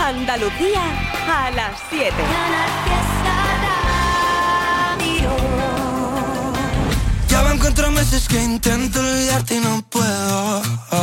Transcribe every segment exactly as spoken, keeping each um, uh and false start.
Andalucía a las siete. Ya van cuatro meses que intento olvidarte y no puedo.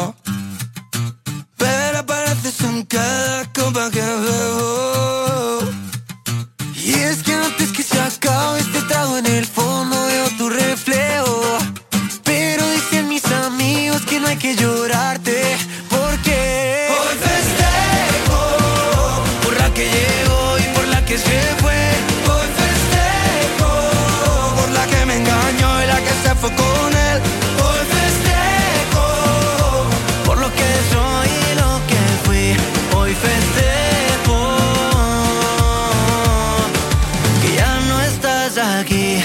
Pero apareces en cada copa que bebo. Y es que antes que se acabe este trago, en el fondo veo tu reflejo. Pero dicen mis amigos que no hay que llorarte, porque hoy festejo por la que llegó y por la que se fue. Hoy festejo por la que me engañó y la que se fue con él. Hoy festejo por lo que soy y lo que fui. Hoy festejo que ya no estás aquí.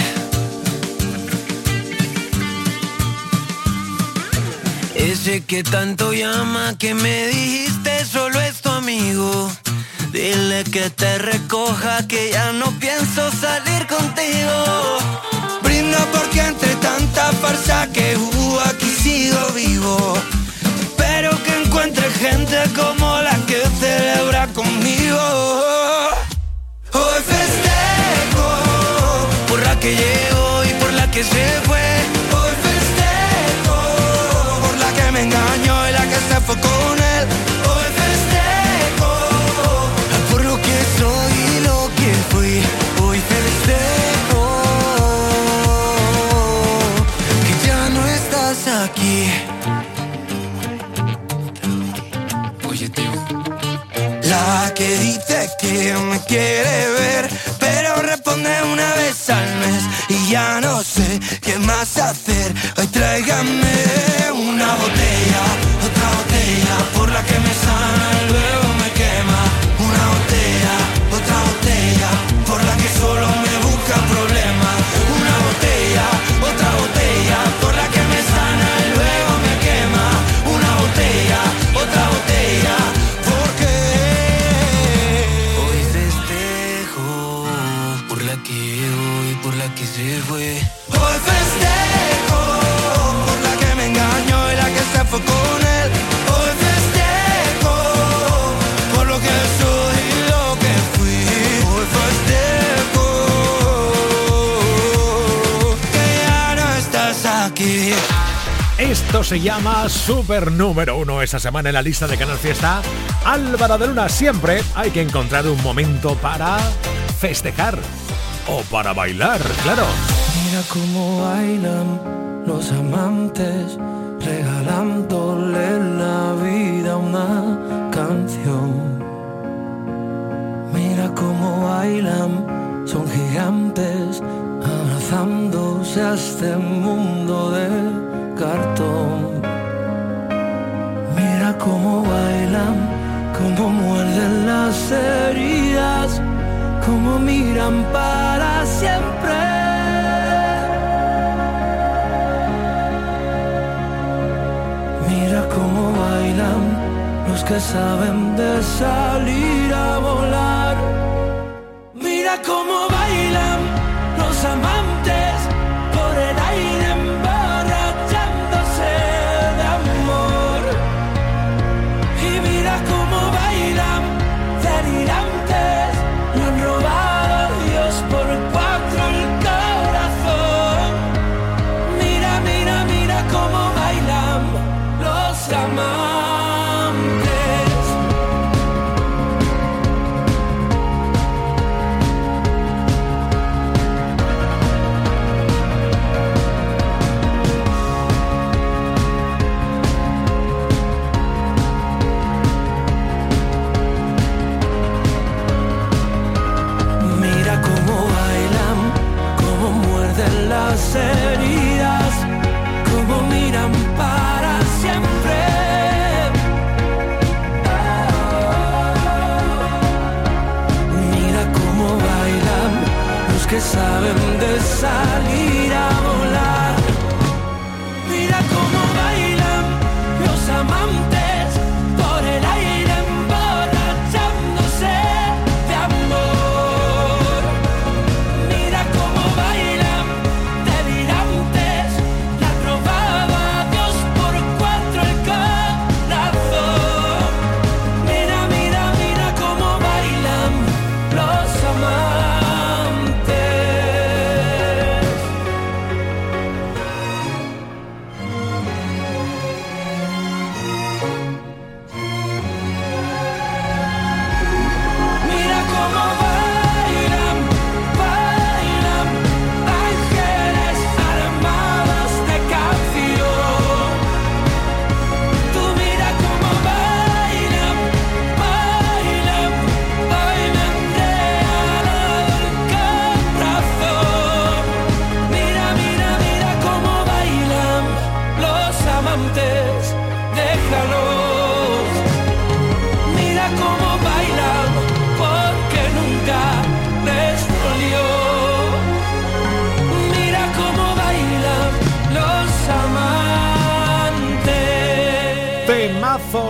Ese que tanto llama, que me dijiste solo es tu amigo. Dile que te recoja, que ya no pienso salir contigo. Brinda porque entre tanta farsa que hubo aquí sigo vivo. Espero que encuentre gente como la que celebra conmigo. Hoy festejo por la que llegó y por la que se fue. Hoy festejo por la que me engañó y la que se fue con él. Hoy festejo por lo que soy y lo que fui. Hoy festejo que ya no estás aquí. Oye, tío. La que dice que me quiere ver, pero responde una vez al mes. Y ya no sé qué más hacer. Hoy tráigame una botella, otra botella, por la que me sana y luego me quema. Una botella, otra botella, por la que solo me busca problemas. Una botella, otra botella, por la que me sana y luego me quema. Una botella, otra botella, porque hoy festejo por la que llegó y por la que se fue. Hoy festejo por la que me engañó y la que se fue con él. Hoy festejo por lo que soy y lo que fui. Hoy festejo que ya no estás aquí. Esto se llama Super Número Uno esta semana en la lista de Canal Fiesta. Álvaro de Luna, siempre hay que encontrar un momento para festejar o para bailar, claro. Mira cómo bailan los amantes, regalándole la vida a una canción. Mira cómo bailan, son gigantes, abrazándose a este mundo de cartón. Mira cómo bailan, cómo muerden las heridas, cómo miran para siempre. Mira cómo bailan los que saben de salir a volar. Mira cómo bailan los amantes por el aire emborrachándose de amor. Y mira cómo bailan delirantes, le han robado a Dios por cuatro el corazón. Mira, mira, mira cómo bailan los amantes.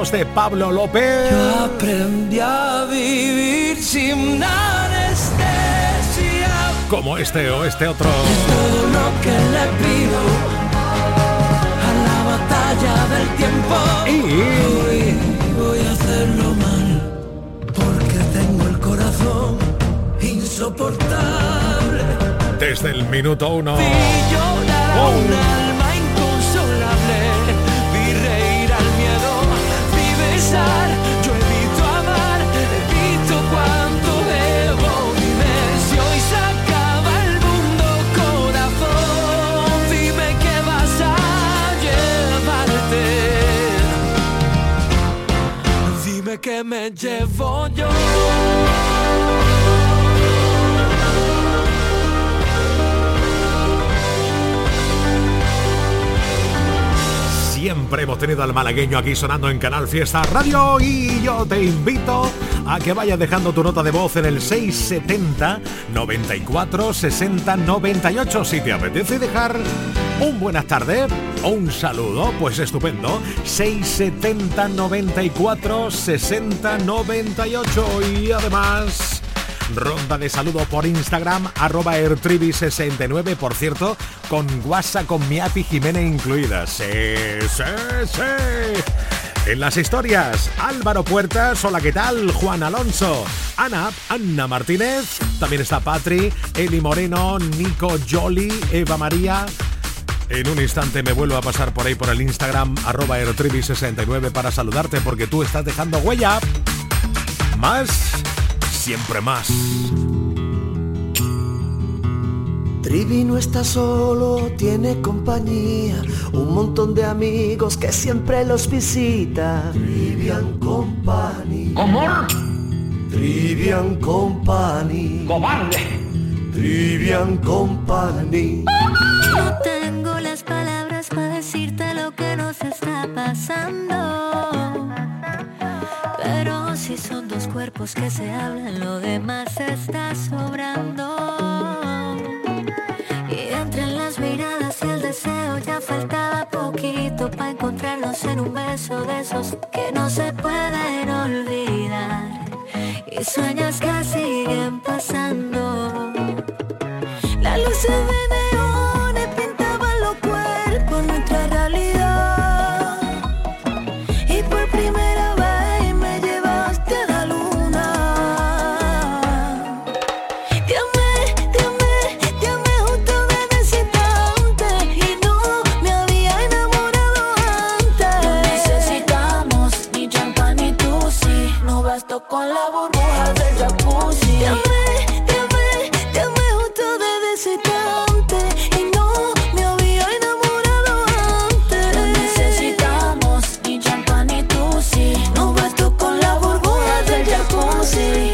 voz de Pablo López. Yo aprendí a vivir sin anestesia, como este o este otro. es todo lo que le pido a la batalla del tiempo. Y hoy voy a hacerlo mal, porque tengo el corazón insoportable. desde el minuto uno. Vi llorar a Oh. un alma inconsolable, vi reír al miedo, vi besar, yo evito amar, evito cuanto debo. Dime si hoy se acaba el mundo, corazón, dime que vas a llevarte, dime que me llevo yo. Siempre hemos tenido al malagueño aquí sonando en Canal Fiesta Radio y yo te invito a que vayas dejando tu nota de voz en el seis setenta, noventa y cuatro, sesenta, noventa y ocho. Si te apetece dejar un buenas tardes o un saludo, pues estupendo. seis setenta, noventa y cuatro, sesenta, noventa y ocho. Y además, ronda de saludos por Instagram, arroba ertrivi sesenta y nueve, por cierto, con WhatsApp con mi A P I Jiménez incluida. Sí, sí, sí. En las historias, Álvaro Puertas, hola, ¿qué tal? Juan Alonso, Ana, Ana Martínez, también está Patri, Eli Moreno, Nico Jolly, Eva María. En un instante me vuelvo a pasar por ahí por el Instagram, arroba ertrivi sesenta y nueve, para saludarte porque tú estás dejando huella. Más, siempre más. Trivi no está solo, tiene compañía, un montón de amigos que siempre los visita. Trivian Company. ¿Cómo? Trivian Company. ¡Cobarde! Trivian Company. No tengo las palabras para decirte lo que nos está pasando, pero si son dos cuerpos que se hablan, lo demás está sobrando. Y entre las miradas y el deseo ya faltaba poquito para encontrarnos en un beso de esos que no se pueden olvidar. Y sueños que siguen pasando. Las luces de neones pintaban los cuerpos, nuestra realidad. Y por primera vez me llevaste a la luna. Te amé, te amé, te amé justo desde ese instante, y no me había enamorado antes. No necesitamos ni champán ni tusi, no bastó con la burbuja del jacuzzi. Te amé, te amé, te amé justo desde ese instante, y no me había enamorado antes. No necesitamos ni champán ni tusi, no bastó con la burbuja del jacuzzi.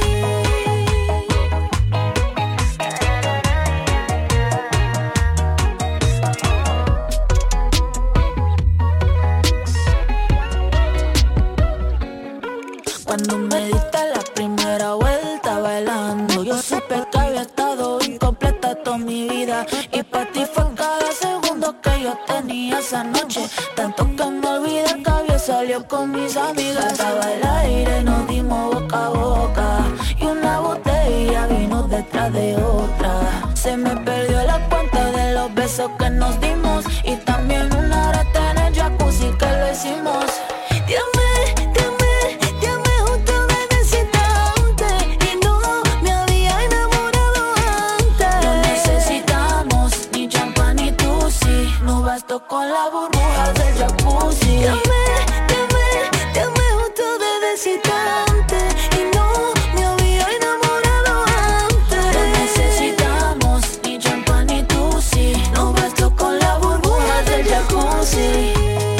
Cuando me diste la primera vuelta bailando, yo supe que había estado incompleta toda mi vida. Y para ti fue cada segundo que yo tenía esa noche. Tanto que me olvidé que había salido con mis amigas. Estaba el aire, nos dimos boca a boca, y una botella vino detrás de otra. Se me perdió la cuenta de los besos que nos dimos, y también una rata en el jacuzzi que lo hicimos. Te amé, te amé, te amé justo desde ese instante, y no me había enamorado antes. No necesitamos ni champán ni tusi, no bastó con la burbuja del jacuzzi. Te amé, te amé, te amé justo desde ese instante, y no me había enamorado antes. No necesitamos ni champán ni tusi, no bastó con la burbuja del jacuzzi.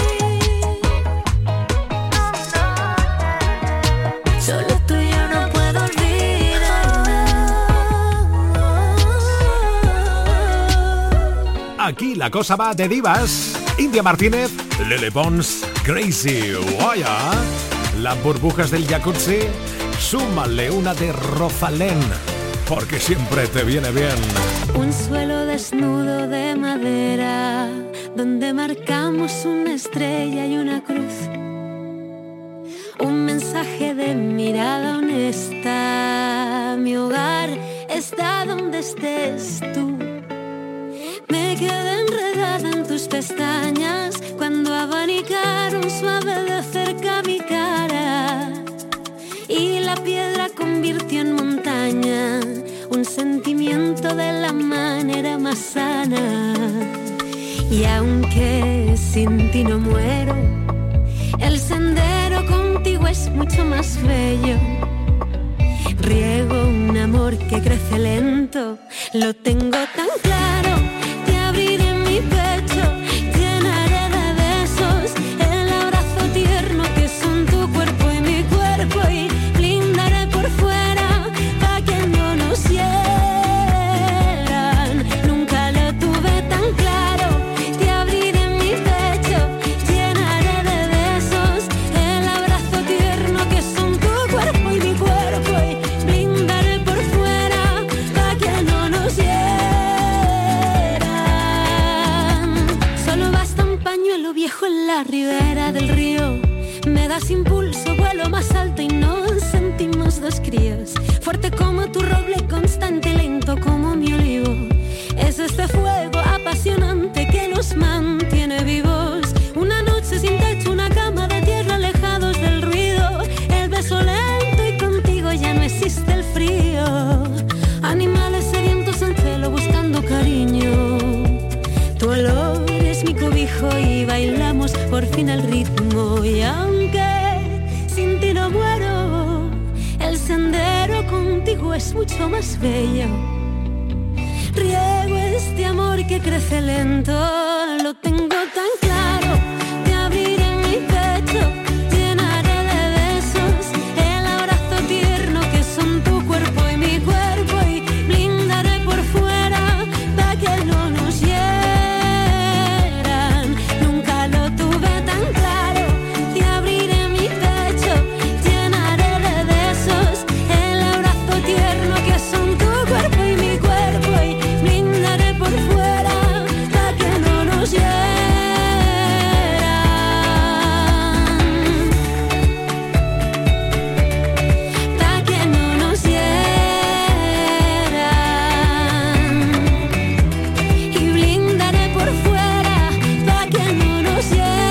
Solo tú y yo no puedo olvidar. Aquí la cosa va de divas. India Martínez, Lele Pons, Crazy Waya, las burbujas del jacuzzi. Súmale una de Rosalén, porque siempre te viene bien. Un suelo desnudo de madera, donde marcamos una estrella y una cruz. un mensaje de mirada honesta. Mi hogar está donde estés tú. Me quedé enredada en tus pestañas cuando abanicaron suave de cerca mi cara. Y la piedra convirtió en montaña un sentimiento de la manera más sana. Y aunque sin ti no muero, el sendero contigo es mucho más bello. Riego un amor que crece lento, lo tengo tan claro. Te abriré mi pecho, llenaré de besos el abrazo tierno que son tu cuerpo y mi cuerpo, y blindaré por fuera para que no nos hieran. Nunca lo tuve tan claro. Te abriré mi pecho, llenaré de besos el abrazo tierno que son tu cuerpo y mi cuerpo, y blindaré por fuera para que no nos hieran. Solo basta un pañuelo viejo en la ribera del río. Me das impulso, vuelo más alto y nos sentimos dos críos. Fuerte como tu roble, constante y lento como mi olivo. Es este fuego apasionante que nos mantiene vivos. Una noche sin techo, una cama de tierra, alejados del ruido. El beso lento y contigo ya no existe el frío. Animales sedientos en celo buscando cariño. Tu olor es mi cobijo y bailamos por fin el ritmo. Y aunque sin ti no muero, el sendero contigo es mucho más bello. Riego este amor que crece lento, lo tengo tan claro. Te abriré mi pecho, llenaré de besos el abrazo tierno que son tu cuerpo y mi cuerpo, y blindaré por fuera para que no nos hieran. Nunca lo tuve tan claro. Te abriré mi pecho, llenaré de besos el abrazo tierno que son tu cuerpo y mi cuerpo, y blindaré por fuera para que no nos hieran. Para que no nos hieran. Y blindaré por fuera para que no nos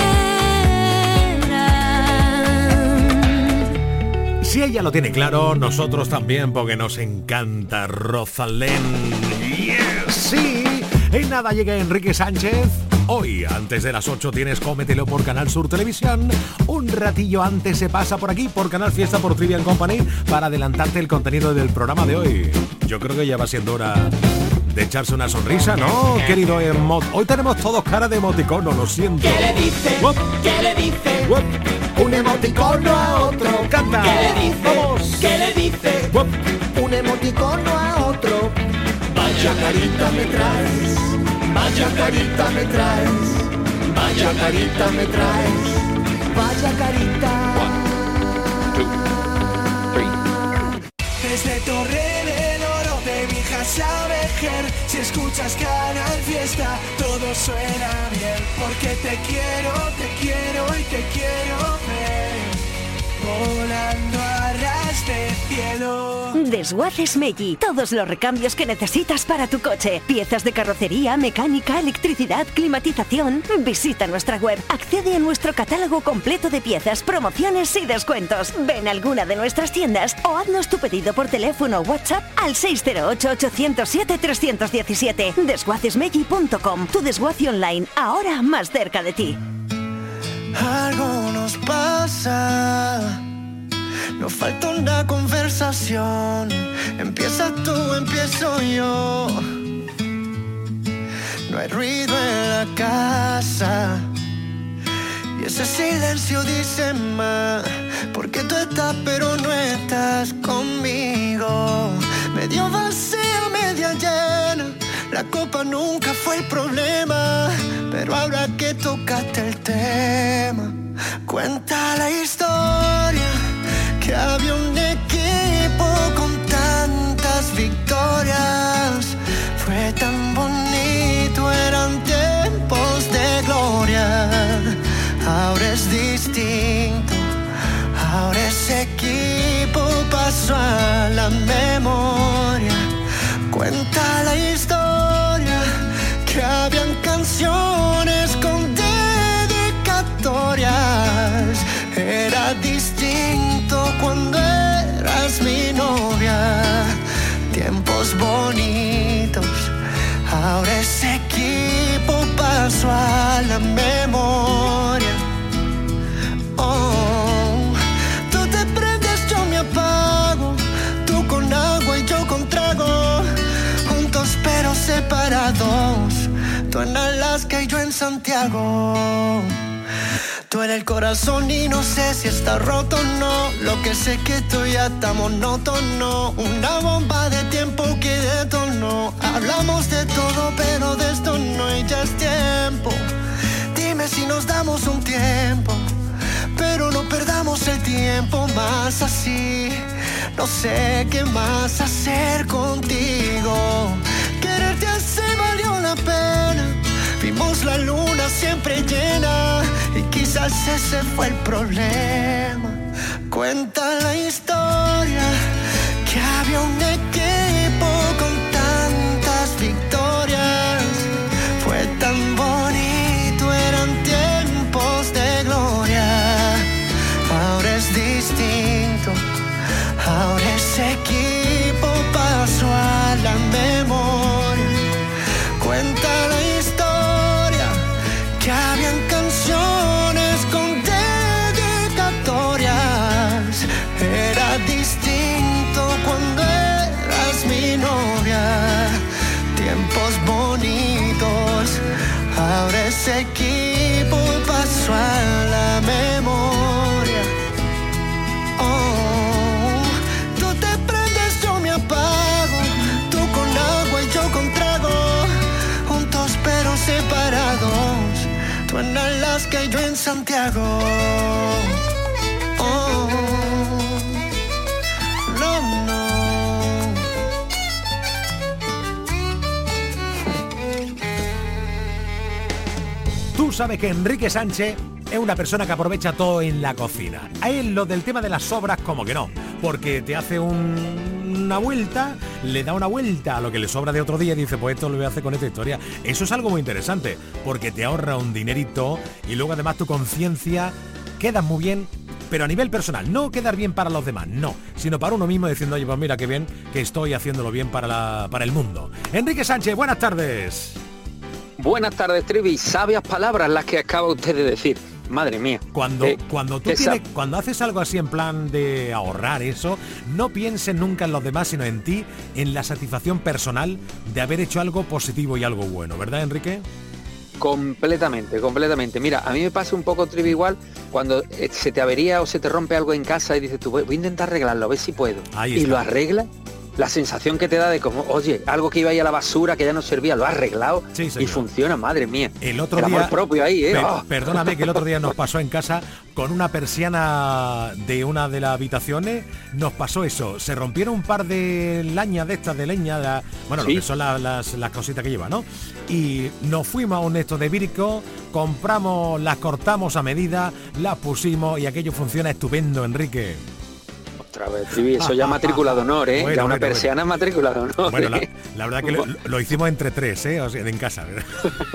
hieran. Si ella lo tiene claro, nosotros también, porque nos encanta Rosalén. Yes, sí. En nada llega Enrique Sánchez. Hoy, antes de las ocho, tienes Cómetelo por Canal Sur Televisión. Un ratillo antes se pasa por aquí, por Canal Fiesta, por Trivian Company, para adelantarte el contenido del programa de hoy. Yo creo que ya va siendo hora de echarse una sonrisa, ¿no, querido emo? Hoy tenemos todos cara de emoticono, lo siento. ¿Qué le dice? Uop. ¿Qué le dice? Uop. Un emoticono a otro. Canta. ¿Qué le dice? Vamos. ¿Qué le dice? Uop. Un emoticono a otro. Vaya carita me traes. Vaya carita me traes. Vaya carita me traes. Vaya carita. Desde Torrededor o de Vijas a Vejer, si escuchas Canal Fiesta, todo suena bien. Porque te quiero, te quiero y te quiero ver volando a ras de cielo. Desguaces Meggi. Todos los recambios que necesitas para tu coche. Piezas de carrocería, mecánica, electricidad, climatización. Visita nuestra web. Accede a nuestro catálogo completo de piezas, promociones y descuentos. Ven a alguna de nuestras tiendas o haznos tu pedido por teléfono o WhatsApp al seis cero ocho, ocho cero siete, tres uno siete. desguaces meggi punto com. Tu desguace online, ahora más cerca de ti. Algo nos pasa, nos falta una conversación. Empieza tú, empiezo yo. No hay ruido en la casa y ese silencio dice más. Porque tú estás pero no estás conmigo. Medio vacía, media llena. La copa nunca fue el problema, pero ahora que tocaste el tema, cuenta la historia que había un equipo con tantas victorias. Fue tan bonito, eran tiempos de gloria. Ahora es distinto, la memoria. Cuenta la historia que habían canciones con dedicatorias. Era distinto cuando eras mi novia. Tiempos bonitos, ahora ese equipo pasó a la memoria. Oh, tú te prendes, yo me apago, tú con agua y yo con trago, juntos pero separados, tú en Alaska y yo en Santiago. Tú eres el corazón y no sé si está roto o no. Lo que sé que tú ya está monótono. Una bomba de tiempo que detonó. Hablamos de todo pero de esto no, y ya es tiempo. Dime si nos damos un tiempo, pero no perdamos el tiempo más así. No sé qué más hacer contigo. Quererte así valió la pena. Vimos la luna siempre llena y quizás ese fue el problema. Cuenta la historia que había un equipo con tantas victorias. Fue tan bonito, eran tiempos de gloria. Ahora es distinto, ahora ese equipo pasó a la memoria. Cuenta la historia que habían canciones con dedicatorias. Era distinto cuando eras mi novia. Tiempos bonitos, ahora ese equipo pasó a la memoria. Oh, tú te prendes, yo me apago, tú con agua y yo con trago, juntos pero separados, tú en Alaska y yo en Santiago. Oh, no, no. Tú sabes que Enrique Sánchez es una persona que aprovecha todo en la cocina. A él lo del tema de las sobras como que no, porque te hace un, una vuelta, le da una vuelta a lo que le sobra de otro día y dice, pues esto lo voy a hacer con esta historia. Eso es algo muy interesante, porque te ahorra un dinerito y luego además tu conciencia queda muy bien, pero a nivel personal, no quedar bien para los demás, no, sino para uno mismo diciendo, oye, pues mira qué bien que estoy haciéndolo bien para, la, para el mundo. Enrique Sánchez, buenas tardes. Buenas tardes, Trivi. Sabias palabras las que acaba usted de decir. Madre mía. Cuando, eh, cuando tú tienes, cuando haces algo así en plan de ahorrar eso, no pienses nunca en los demás, sino en ti, en la satisfacción personal de haber hecho algo positivo y algo bueno, ¿verdad, Enrique? Completamente, completamente. Mira, a mí me pasa un poco, Trivi, igual cuando eh, se te avería o se te rompe algo en casa y dices tú, voy, voy a intentar arreglarlo, a ver si puedo. Ahí y está. lo arreglas. La sensación que te da de como, oye, algo que iba ahí a la basura, que ya no servía, lo has arreglado, sí, y funciona, madre mía. El otro el día, amor propio ahí, ¿eh? Per, oh. Perdóname que el otro día nos pasó en casa con una persiana de una de las habitaciones, nos pasó eso, se rompieron un par de lañas de estas de leña, de, bueno, ¿sí? Lo que son la, las, las cositas que lleva, ¿no? Y nos fuimos a un esto de Virco, compramos, las cortamos a medida, las pusimos y aquello funciona estupendo, Enrique. Otra vez, sí, eso ya matrícula de honor, ¿eh? Bueno, ya una bueno, persiana bueno. matrícula de honor. Bueno, la, la verdad que lo, lo hicimos entre tres, ¿eh? O sea, en casa, ¿verdad?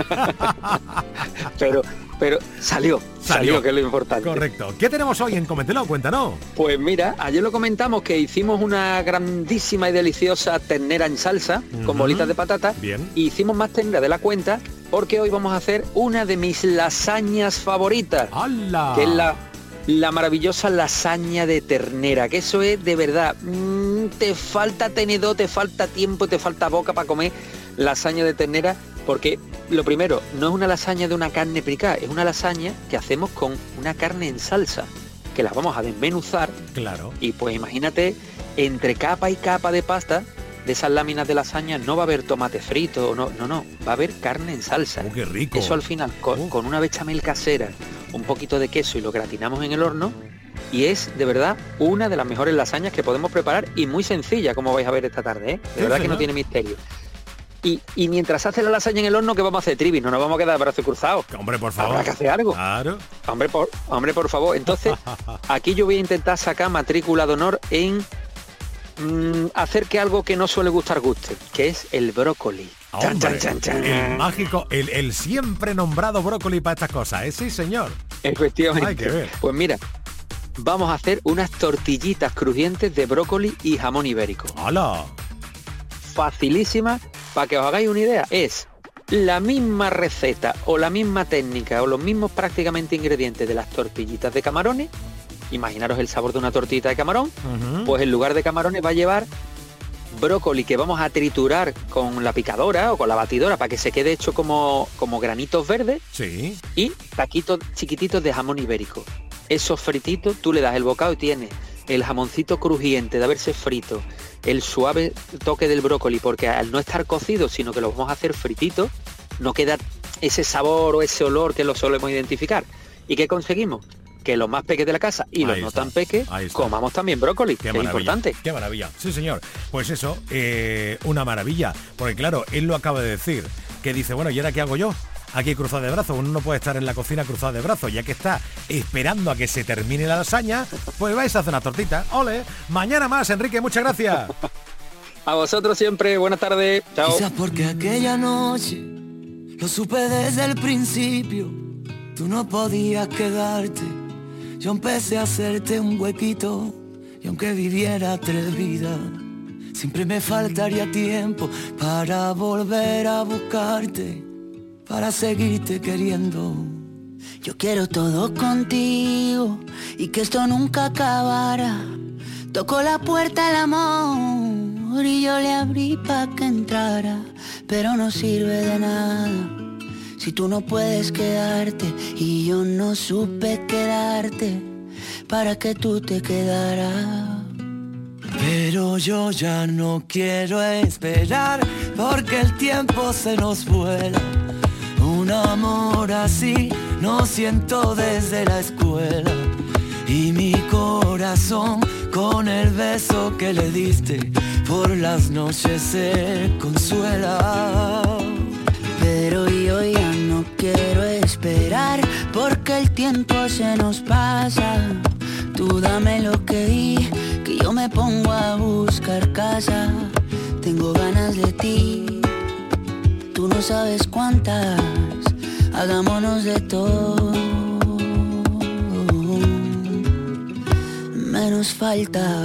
pero, pero salió, salió, salió, que es lo importante. Correcto. ¿Qué tenemos hoy en Coméntelo? Cuéntanos. Pues mira, ayer lo comentamos que hicimos una grandísima y deliciosa ternera en salsa, uh-huh. con bolitas de patata. Bien. Y hicimos más ternera de la cuenta, porque hoy vamos a hacer una de mis lasañas favoritas. ¡Hala! Que es la... la maravillosa lasaña de ternera, que eso es de verdad, mmm, te falta tenedor, te falta tiempo, te falta boca para comer lasaña de ternera, porque lo primero, no es una lasaña de una carne picada, es una lasaña que hacemos con una carne en salsa, que la vamos a desmenuzar. Claro. Y pues imagínate, entre capa y capa de pasta, de esas láminas de lasaña no va a haber tomate frito, no, no, no, va a haber carne en salsa. Oh, qué rico. Eso al final, con, oh. con una bechamel casera, un poquito de queso y lo gratinamos en el horno, y es de verdad una de las mejores lasañas que podemos preparar y muy sencilla, como vais a ver esta tarde, ¿eh? De sí, verdad sí, que no, no tiene misterio. Y, y mientras hace la lasaña en el horno, ¿qué vamos a hacer, Trivi? No nos vamos a quedar de brazos cruzados. Hombre, por favor. Habrá que hacer algo. Claro. Hombre, por, hombre, por favor. Entonces, aquí yo voy a intentar sacar matrícula de honor en mmm, hacer que algo que no suele gustar guste, que es el brócoli. Hombre, chan, chan, chan, chan. El mágico, el, el siempre nombrado brócoli para estas cosas, ¿eh? Sí, señor. Efectivamente. Hay que ver. Pues mira, vamos a hacer unas tortillitas crujientes de brócoli y jamón ibérico. ¡Hala! Facilísima, para que os hagáis una idea, es la misma receta o la misma técnica o los mismos prácticamente ingredientes de las tortillitas de camarones. Imaginaros el sabor de una tortillita de camarón, uh-huh. Pues en lugar de camarones va a llevar brócoli que vamos a triturar con la picadora o con la batidora para que se quede hecho como, como granitos verdes. Sí. Y taquitos chiquititos de jamón ibérico. Esos frititos, tú le das el bocado y tienes el jamoncito crujiente de haberse frito, el suave toque del brócoli, porque al no estar cocido, sino que lo vamos a hacer frititos, no queda ese sabor o ese olor que lo solemos identificar. ¿Y qué conseguimos? Que los más peques de la casa y los ahí no está, tan peques comamos también brócoli, que es importante. Qué maravilla, sí señor. Pues eso, eh, una maravilla, porque claro, él lo acaba de decir, que dice, bueno, ¿y ahora qué hago yo? Aquí cruzado de brazos, uno no puede estar en la cocina cruzado de brazos, ya que está esperando a que se termine la lasaña, pues vais a hacer una tortita. ¡Ole! Mañana más, Enrique, muchas gracias. A vosotros siempre, buenas tardes, chao. Quizás porque aquella noche lo supe desde el principio, tú no podías quedarte. Yo empecé a hacerte un huequito y aunque viviera tres vidas, siempre me faltaría tiempo para volver a buscarte, para seguirte queriendo. Yo quiero todo contigo y que esto nunca acabara. Tocó la puerta el amor y yo le abrí pa' que entrara, pero no sirve de nada si tú no puedes quedarte y yo no supe quedarte para que tú te quedaras. Pero yo ya no quiero esperar porque el tiempo se nos vuela. Un amor así no siento desde la escuela y mi corazón con el beso que le diste por las noches se consuela. Pero yo ya no quiero esperar porque el tiempo se nos pasa. Tú dame lo que di, que yo me pongo a buscar casa. Tengo ganas de ti, tú no sabes cuántas. Hagámonos de todo, menos falta.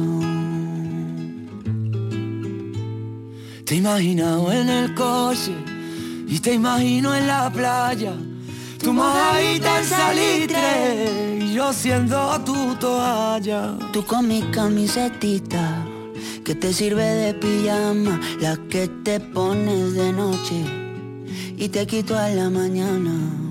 Te he imaginado en el coche y te imagino en la playa, tu mojadita en salitre y yo siendo tu toalla. Tú con mi camisetita que te sirve de pijama, la que te pones de noche y te quito a la mañana.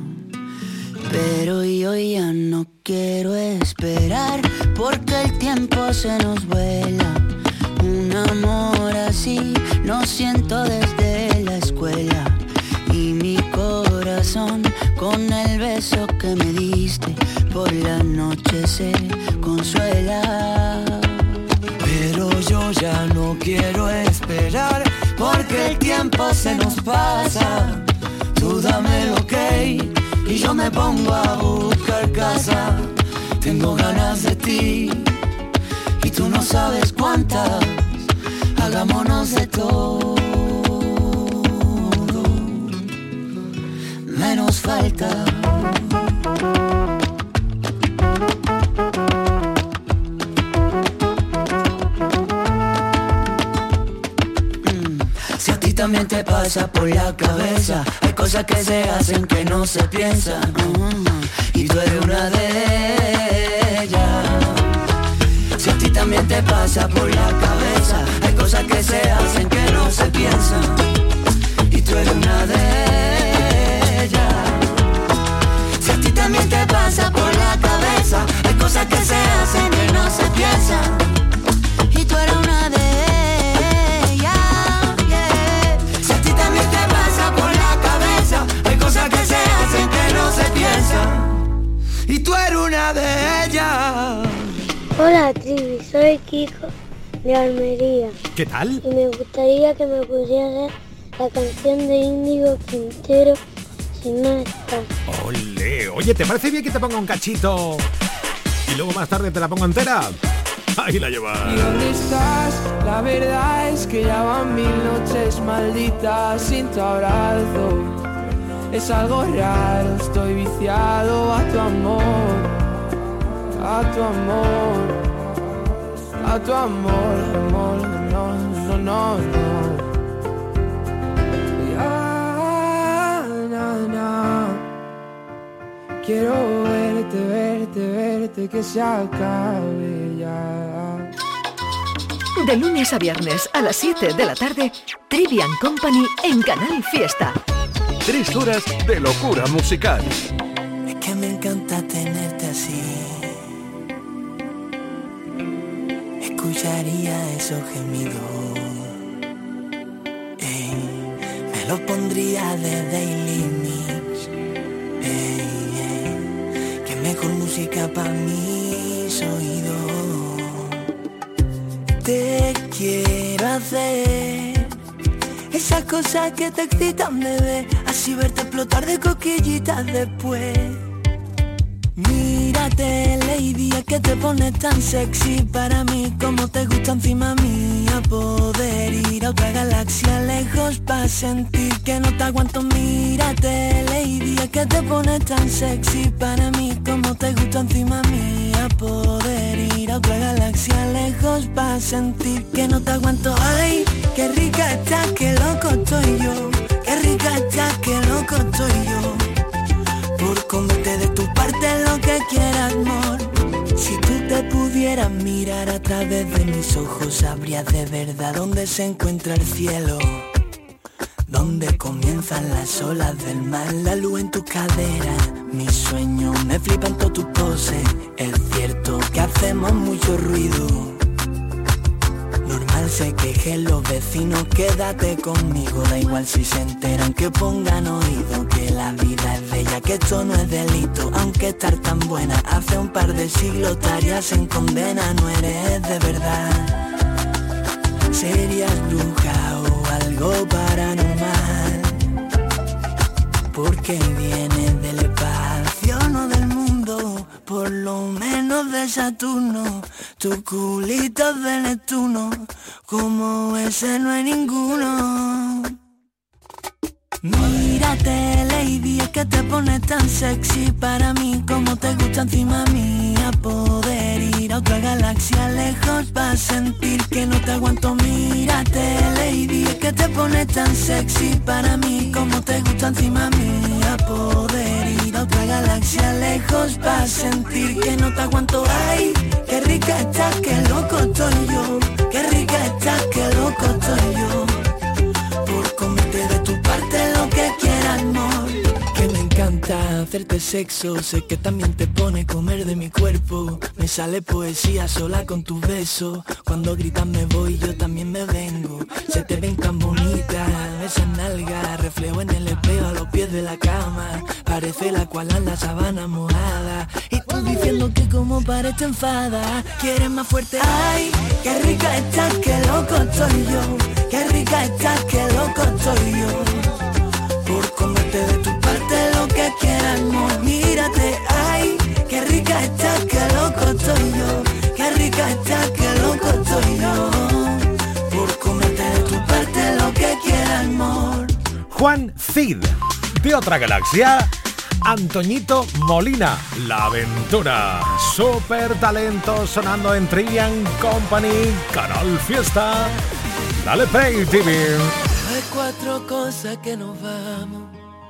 Pero yo ya no quiero esperar porque el tiempo se nos vuela. Un amor así no siento desde la escuela y mi corazón con el beso que me diste por la noche se consuela. Pero yo ya no quiero esperar porque el tiempo se nos pasa. Tú dame el ok y yo me pongo a buscar casa. Tengo ganas de ti y tú no sabes cuántas. Hagámonos de todo, menos falta. Si a ti también te pasa por la cabeza, hay cosas que se hacen que no se piensan, uh-huh. Y tú eres una de ellas. Si a ti también te pasa por la cabeza, hay cosas que se hacen que no se piensan, y tú eres una de ellas. Si a ti también te pasa por la cabeza, hay cosas que se hacen que no se piensan, y tú eres una de ellas. Yeah. Si a ti también te pasa por la cabeza, hay cosas que se hacen que no se piensan, y tú eres una de ellas. Hola, Trivi, soy Kiko de Almería. ¿Qué tal? Y me gustaría que me pusieras la canción de Índigo Quintero, Si no estás. Ole, oye, ¿te parece bien que te ponga un cachito y luego más tarde te la pongo entera? Ahí la llevas. ¿Y dónde estás? La verdad es que ya van mil noches malditas sin tu abrazo. Es algo raro, estoy viciado a tu amor, a tu amor, a tu amor, amor, no, no, no, no. Ya, no, no. Quiero verte, verte, verte, que se acabe ya. De lunes a viernes a las siete de la tarde, Trivian Company en Canal Fiesta. Tres horas de locura musical. Es que me encanta tenerte así. Escucharía esos gemidos. Ey, me los pondría de Daily Mix. Ey, ey, que mejor música para mis oídos. Te quiero hacer esas cosas que te excitan, bebé, así verte explotar de cosquillitas después. Mírate, lady, es que te pones tan sexy para mí, como te gusta encima mía. Poder ir a otra galaxia lejos pa' sentir que no te aguanto. Mírate, lady, es que te pones tan sexy para mí, como te gusta encima mía. Poder ir a otra galaxia lejos pa' sentir que no te aguanto. Ay, qué rica estás, qué loco estoy yo. Qué rica estás, qué loco estoy yo. Por comerte de tu parte lo que quieras, amor. Si tú te pudieras mirar a través de mis ojos, sabrías de verdad dónde se encuentra el cielo, dónde comienzan las olas del mar, la luz en tu cadera. Mis sueños me flipan todas tus poses. Es cierto que hacemos mucho ruido. Normal se quejen los vecinos, quédate conmigo. Da igual si se enteran, que pongan oído. Que la vida es bella, que esto no es delito. Aunque estar tan buena hace un par de siglos estarías en condena. No eres de verdad. Serías bruja o algo paranormal, porque vienes del espacio, no del mundo. Por lo menos de Saturno. Tu culito es de Neptuno. Como ese no hay ninguno. Mírate, lady, es que te pones tan sexy para mí, como te gusta encima mía. Poder ir a otra galaxia lejos pa' sentir que no te aguanto. Mírate, lady, es que te pones tan sexy para mí, como te gusta encima mía. Poder ir a otra galaxia lejos pa' sentir que no te aguanto. Ay, qué rica estás, qué loco estoy yo. Qué rica estás, qué loco estoy yo. Por comerte de tu parte lo que quieras, amor. Que me encanta hacerte sexo. Sé que también te pone comer de mi cuerpo. Me sale poesía sola con tus besos. Cuando gritas me voy, yo también me vengo. Se te ven tan bonitas esas nalgas, reflejo en el espejo a los pies de la cama. Parece la cual en la sabana mojada. Y tú diciendo que como pared te enfada. Quieres más fuerte. Ay, qué rica estás, qué loco estoy yo. Qué rica estás, qué loco estoy yo. Por comerte de tu parte lo que quieras, amor. Mírate, ay, qué rica estás, qué loco estoy yo. Qué rica estás, qué loco estoy yo. Por comerte de tu parte lo que quieras, amor. Juan Cid, de otra galaxia. Antoñito Molina, La Aventura. Super talento sonando en Trivian Company, Canal Fiesta. Dale play, T V. Hay cuatro cosas que nos vamos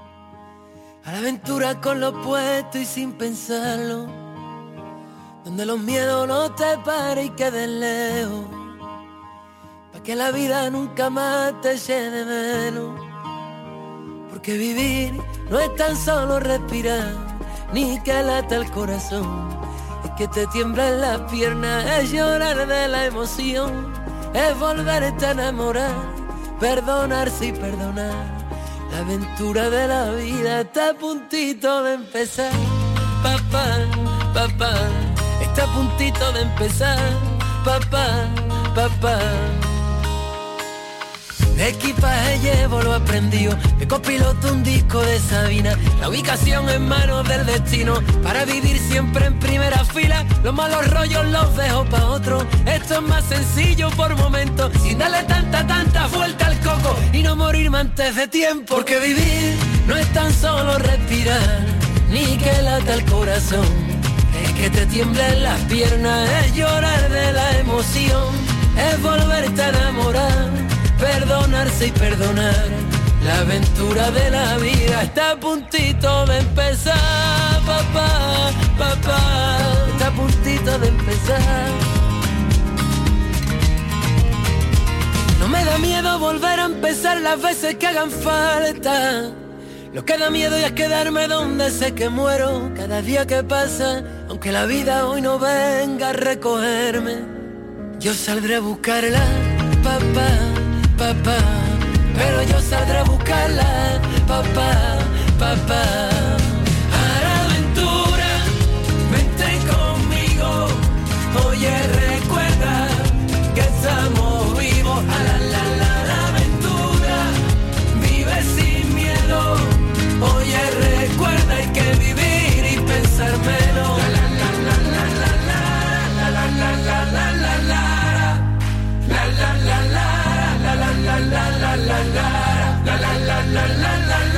a la aventura con lo puesto y sin pensarlo, donde los miedos no te paren y queden lejos, pa' que la vida nunca más te eche de menos. Porque vivir no es tan solo respirar, ni que lata el corazón, es que te tiemblan las piernas, es llorar de la emoción, es volverte a enamorar, perdonarse y perdonar. La aventura de la vida está a puntito de empezar. Papá, papá, está a puntito de empezar. Papá, papá. De equipaje llevo lo aprendido, de copiloto un disco de Sabina. La ubicación en manos del destino, para vivir siempre en primera fila. Los malos rollos los dejo pa' otro, esto es más sencillo por momentos, sin darle tanta, tanta vuelta al coco y no morirme antes de tiempo. Porque vivir no es tan solo respirar, ni que lata el corazón, es que te tiemblen las piernas, es llorar de la emoción, es volverte a enamorar, perdonarse y perdonar. La aventura de la vida está a puntito de empezar, papá, papá, está a puntito de empezar. No me da miedo volver a empezar las veces que hagan falta. Lo que da miedo ya es quedarme donde sé que muero. Cada día que pasa, aunque la vida hoy no venga a recogerme, yo saldré a buscarla, papá, papá. Pero yo saldré a buscarla, papá, papá. A la aventura, vente conmigo. Oye, recuerda que estamos vivos. A la, la, la, la aventura, vive sin miedo. Oye, recuerda, hay que vivir y pensar menos. La, la, la, la, la, la, la, la, la, la, la, la, la. La la la la la la la la la la la la la la la la la la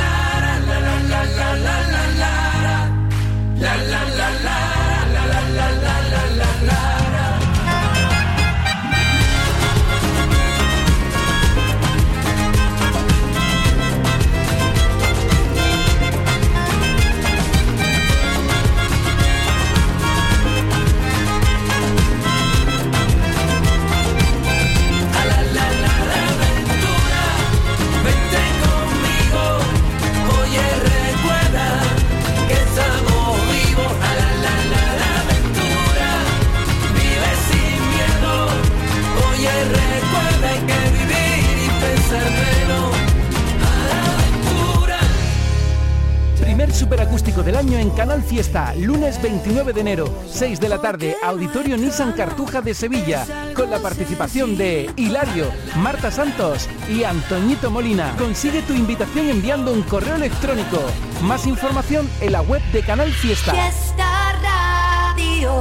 Superacústico del año en Canal Fiesta, lunes veintinueve de enero, seis de la tarde, Auditorio Nissan Cartuja de Sevilla, con la participación de Hilario, Marta Santos y Antoñito Molina. Consigue tu invitación enviando un correo electrónico. Más información en la web de Canal Fiesta. Fiesta Radio.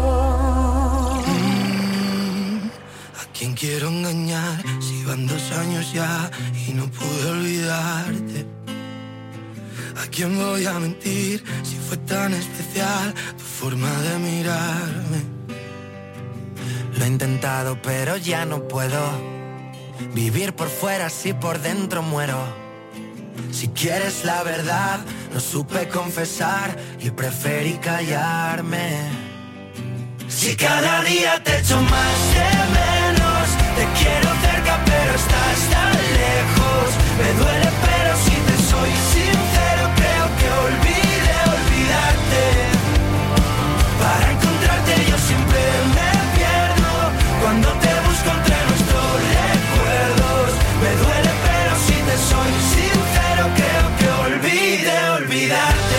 Mm, ¿a quién quiero engañar? Si van dos años ya y no pude olvidarte. ¿A quién voy a mentir si fue tan especial tu forma de mirarme? Lo he intentado pero ya no puedo vivir por fuera si por dentro muero. Si quieres la verdad, no supe confesar y preferí callarme. Si cada día te echo más de menos, te quiero cerca pero estás tan lejos. Me duele pero si te soy sincero, creo que olvidé olvidarte. Para encontrarte yo siempre me pierdo, cuando te busco entre nuestros recuerdos. Me duele pero si te soy sincero, creo que olvidé olvidarte.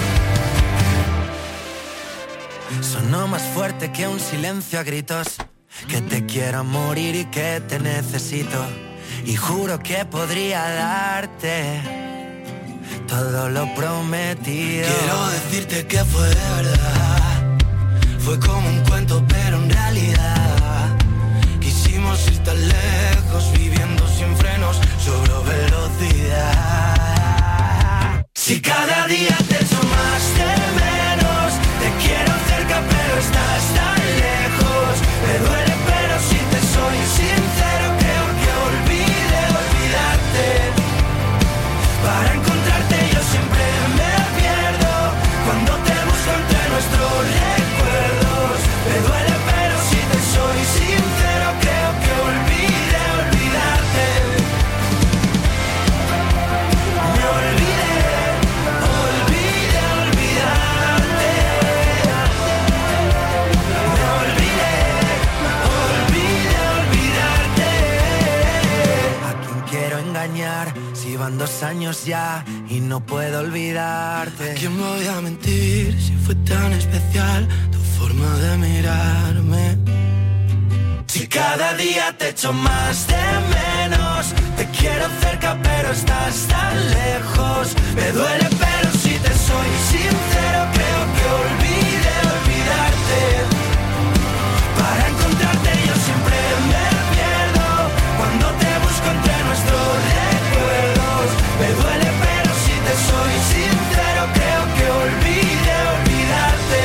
Sonó más fuerte que un silencio a gritos, que te quiero a morir y que te necesito. Y juro que podría darte todo lo prometido. Quiero decirte que fue de verdad, fue como un cuento pero en realidad quisimos ir tan lejos, viviendo sin frenos, sobre velocidad. Si cada día te echo más de menos, te quiero cerca pero estás tan lejos. Me duele pero si te soy sincero, creo que olvidé olvidarte. Para encontrarte yo siempre me pierdo, cuando te busco entre nuestros recuerdos. Me duele pero si te soy sincero, creo que olvidé olvidarte. Me olvidé, olvidé olvidarte. Me olvidé, olvidé olvidarte. ¿A quién quiero engañar? Si van dos años ya y no puedo olvidarte. ¿A quién voy a mentir si fue tan especial tu forma de mirarme? Si cada día te echo más de menos. Te quiero cerca pero estás tan lejos. Me duele pero si te soy sincero creo que olvidé olvidarte. Para encontrarte yo siempre me pierdo cuando te busco entre nuestros recuerdos. Me duele pero si te soy sincero creo que olvidé olvidarte.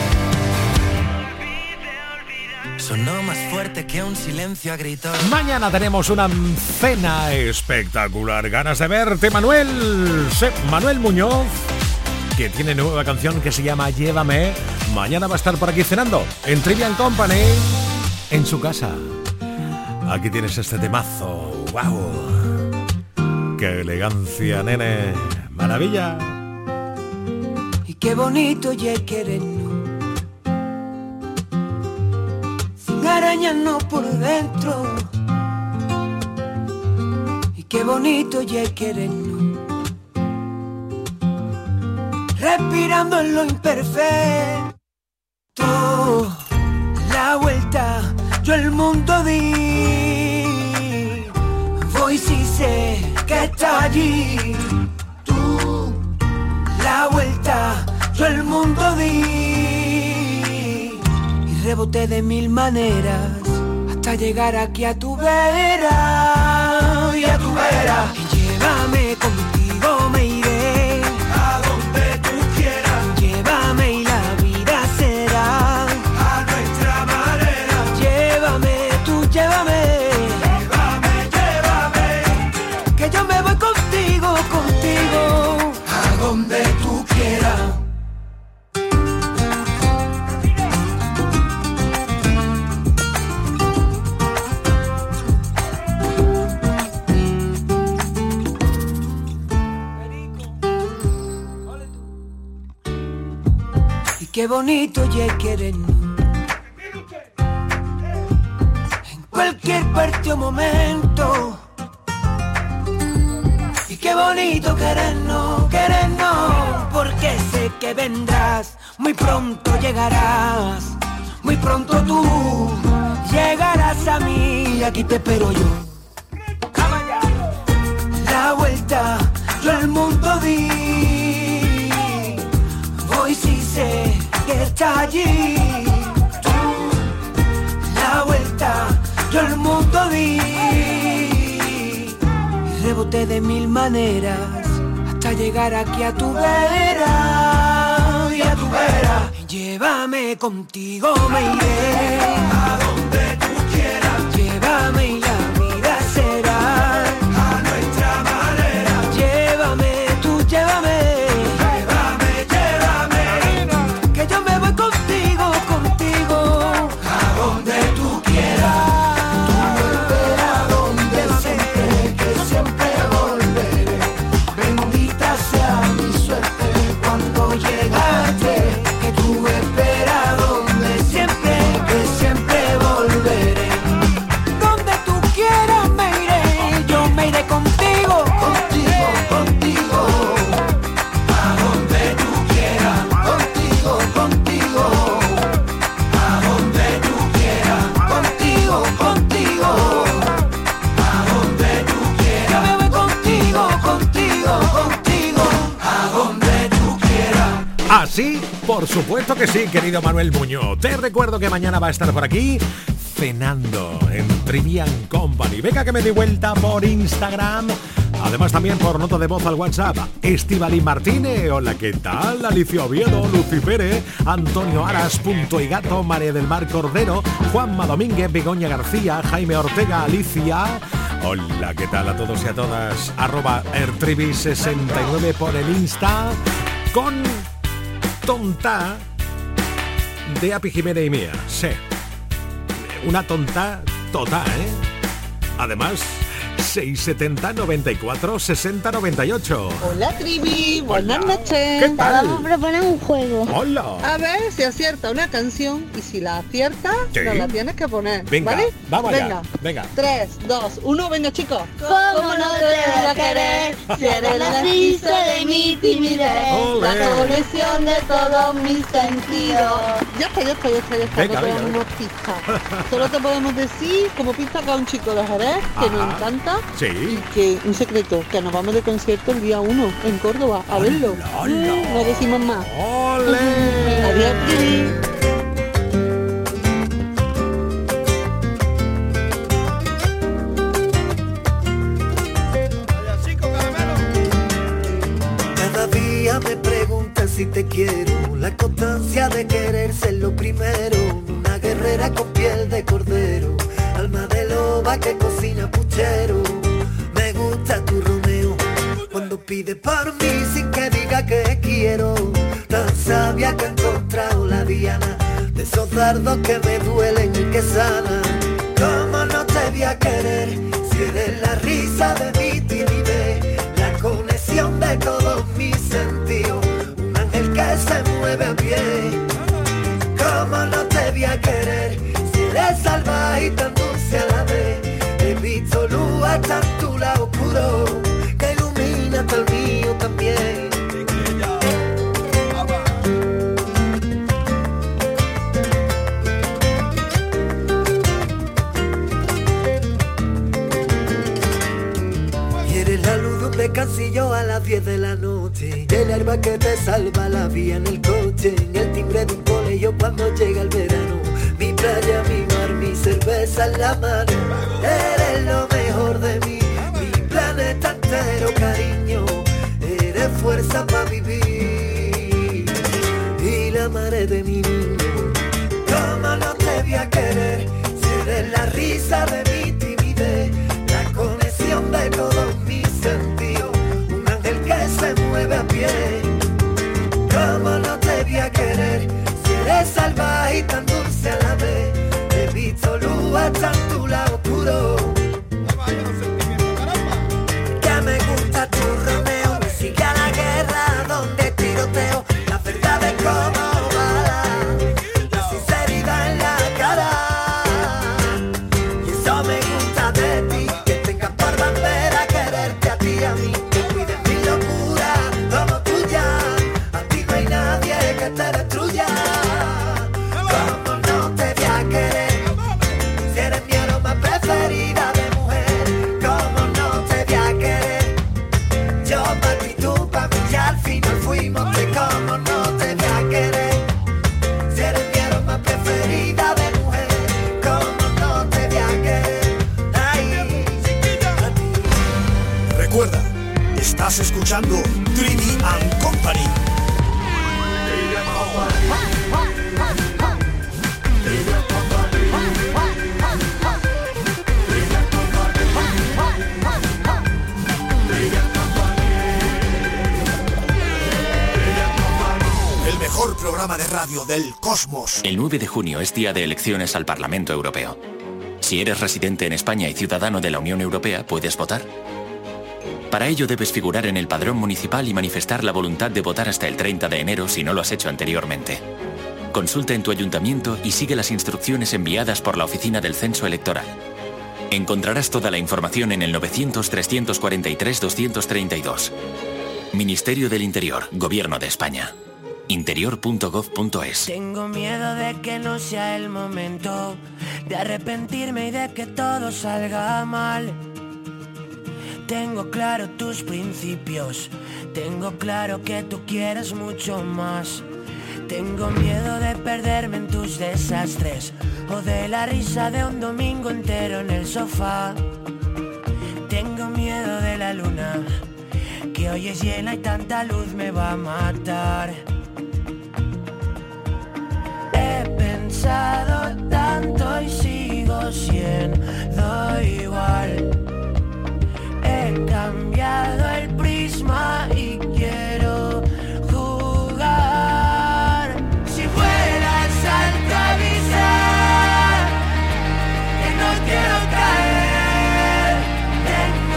Sonó más fuerte que un silencio a gritos. Mañana tenemos una cena espectacular. Ganas de verte, Manuel. Sí, Manuel Muñoz, que tiene nueva canción que se llama Llévame. Mañana va a estar por aquí cenando en Trivian Company, en su casa. Aquí tienes este temazo. ¡Wow! ¡Qué elegancia, nene! ¡Maravilla! Y qué bonito ya querernos, sin arañarnos por dentro. Y qué bonito ya querernos, respirando en lo imperfecto. La vuelta yo el mundo di, voy si sé que está allí. Tú, la vuelta yo el mundo di, y reboté de mil maneras hasta llegar aquí a tu vera, y a tu vera. Y llévame contigo, me iré a donde tú quieras. Llévame y la vida será a nuestra manera. Llévame, tú llévame, llévame, llévame, que yo me voy contigo, contigo, a donde tú quieras. Qué bonito ya querernos, en cualquier parte o momento. Y qué bonito querernos, querernos, porque sé que vendrás, muy pronto llegarás, muy pronto tú llegarás a mí, y aquí te espero yo. La vuelta yo al mundo di, voy si sé que está allí. Tú, la vuelta yo al mundo di, y reboté de mil maneras hasta llegar aquí a tu vera, y a tu vera. Llévame contigo, me iré a donde tú quieras. Llévame y la vida será a nuestra manera. Llévame, tú llévame, Sí, por supuesto que sí, querido Manuel Muñoz. Te recuerdo que mañana va a estar por aquí cenando en Trivian Company. Venga que me di vuelta por Instagram. Además también por nota de voz al WhatsApp. Estivali Martínez, hola, ¿qué tal? Alicia Oviedo, Lucy Pérez, Antonio Aras, Punto y Gato, María del Mar Cordero, Juanma Domínguez, Begoña García, Jaime Ortega, Alicia. Hola, ¿qué tal a todos y a todas? Arroba Ertrivi sesenta y nueve por el Insta. Con tonta de Api Jiménez y mía. Sí, una tonta total, ¿eh? Además, seis siete cero, noventa y cuatro, sesenta, noventa y ocho. Hola, Trivi, buenas Hola. noches. ¿Qué tal? Vamos a proponer un juego. Hola. A ver si acierta una canción y si la acierta, Sí. nos la tienes que poner. Venga, ¿vale? vamos allá. Venga. Venga. tres, dos, uno, venga chicos. ¿Cómo no te voy a querer si eres la risa de mi timidez? Olé. La conexión de todos mis sentidos. Ya está, ya está, ya está, ya está. Venga, no te venga, damos pista. Solo te podemos decir, como pista, que a un chico de Jerez que nos Ajá. encanta. Sí. Y que, un secreto, que nos vamos de concierto el día uno en Córdoba a verlo. Hola. Mm, no decimos más. ¡Ole! Adiós, Trivi. Cada día me preguntan si te quiero, la constancia de querer ser lo primero, una guerrera con piel de cordero, alma de loba que cocina puchero. Me gusta tu Romeo, cuando pide por mí sin que diga que quiero, tan sabia que he encontrado la diana, de esos dardos que me duelen y que sanan. ¿Cómo no te voy a querer si eres la risa de mi timidez, la conexión de todos mis sentidos, un ángel que se mueve a pie? ¿Cómo no te voy a querer si eres salvaje y tan dulce a la vez? He visto luz hasta en tu lado oscuro, que ilumina hasta el mío también. La luz de un descansillo a las diez de la noche, el alba que te salva la vía en el coche, en el timbre de un colegio cuando llega el verano, mi playa, mi mar, mi cerveza en la mano. Eres lo mejor de mí, mi planeta entero, cariño, eres fuerza para vivir y la madre de mi niño. ¿Cómo no te voy a querer si eres la risa de mi timidez, la conexión de todos mis sentidos, un ángel que se mueve a pie? ¿Cómo no te voy a querer si eres salvaje y tan dulce a la vez? He visto luz hasta en tu lado oscuro. Que me gusta tu Romeo, me sigue a la guerra donde tiroteo, la verdad es como bala, la sinceridad en la cara. Y eso me gusta de ti, que tengas por bandera quererte a ti y a mí, que cuides mi locura como tuya, a ti no hay nadie que te destruya. ¿Cómo no te voy a querer si eres mi aroma preferida de mujer? ¿Cómo no te voy a querer? Yo para ti, tú para mí, y al final fuimos tres. ¿Cómo no te voy a querer si eres mi aroma preferida de mujer? ¿Cómo no te voy a querer? Ay, a ti. Recuerda, estás escuchando Trivi and Company. El mejor programa de radio del cosmos. El nueve de junio es día de elecciones al Parlamento Europeo. Si eres residente en España y ciudadano de la Unión Europea, ¿puedes votar? Para ello debes figurar en el padrón municipal y manifestar la voluntad de votar hasta el treinta de enero si no lo has hecho anteriormente. Consulta en tu ayuntamiento y sigue las instrucciones enviadas por la Oficina del Censo Electoral. Encontrarás toda la información en el novecientos, trescientos cuarenta y tres, doscientos treinta y dos. Ministerio del Interior, Gobierno de España. interior punto gov punto es. Tengo miedo de que no sea el momento de arrepentirme y de que todo salga mal. Tengo claro tus principios, tengo claro que tú quieres mucho más. Tengo miedo de perderme en tus desastres o de la risa de un domingo entero en el sofá. Tengo miedo de la luna, que hoy es llena y tanta luz me va a matar. He pensado tanto y sigo siendo igual. He cambiado el prisma y quiero jugar. Si vuelas alto avisar que no quiero caer. Tengo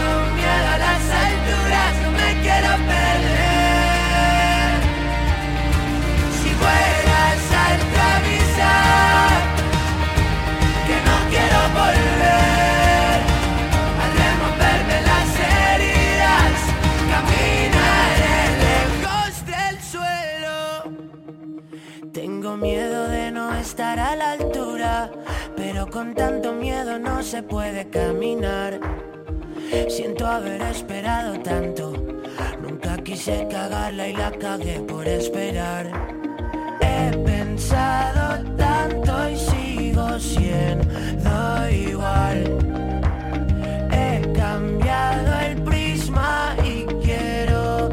se puede caminar. Siento haber esperado tanto, nunca quise cagarla y la cagué por esperar. He pensado tanto y sigo siendo igual. He cambiado el prisma y quiero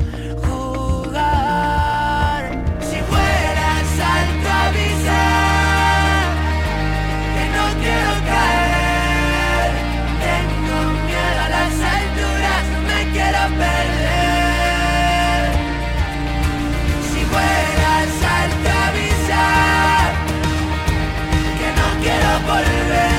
jugar. Si fueras alto avisar, que no quiero caer. Tengo miedo a las alturas, no me quiero perder. Si fueras alto avisar, que no quiero volver.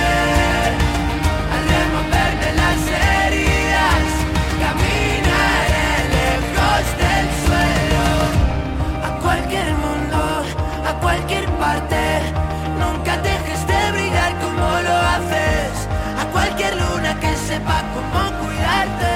Cualquier parte, nunca dejes de brillar como lo haces. A cualquier luna que sepa cómo cuidarte.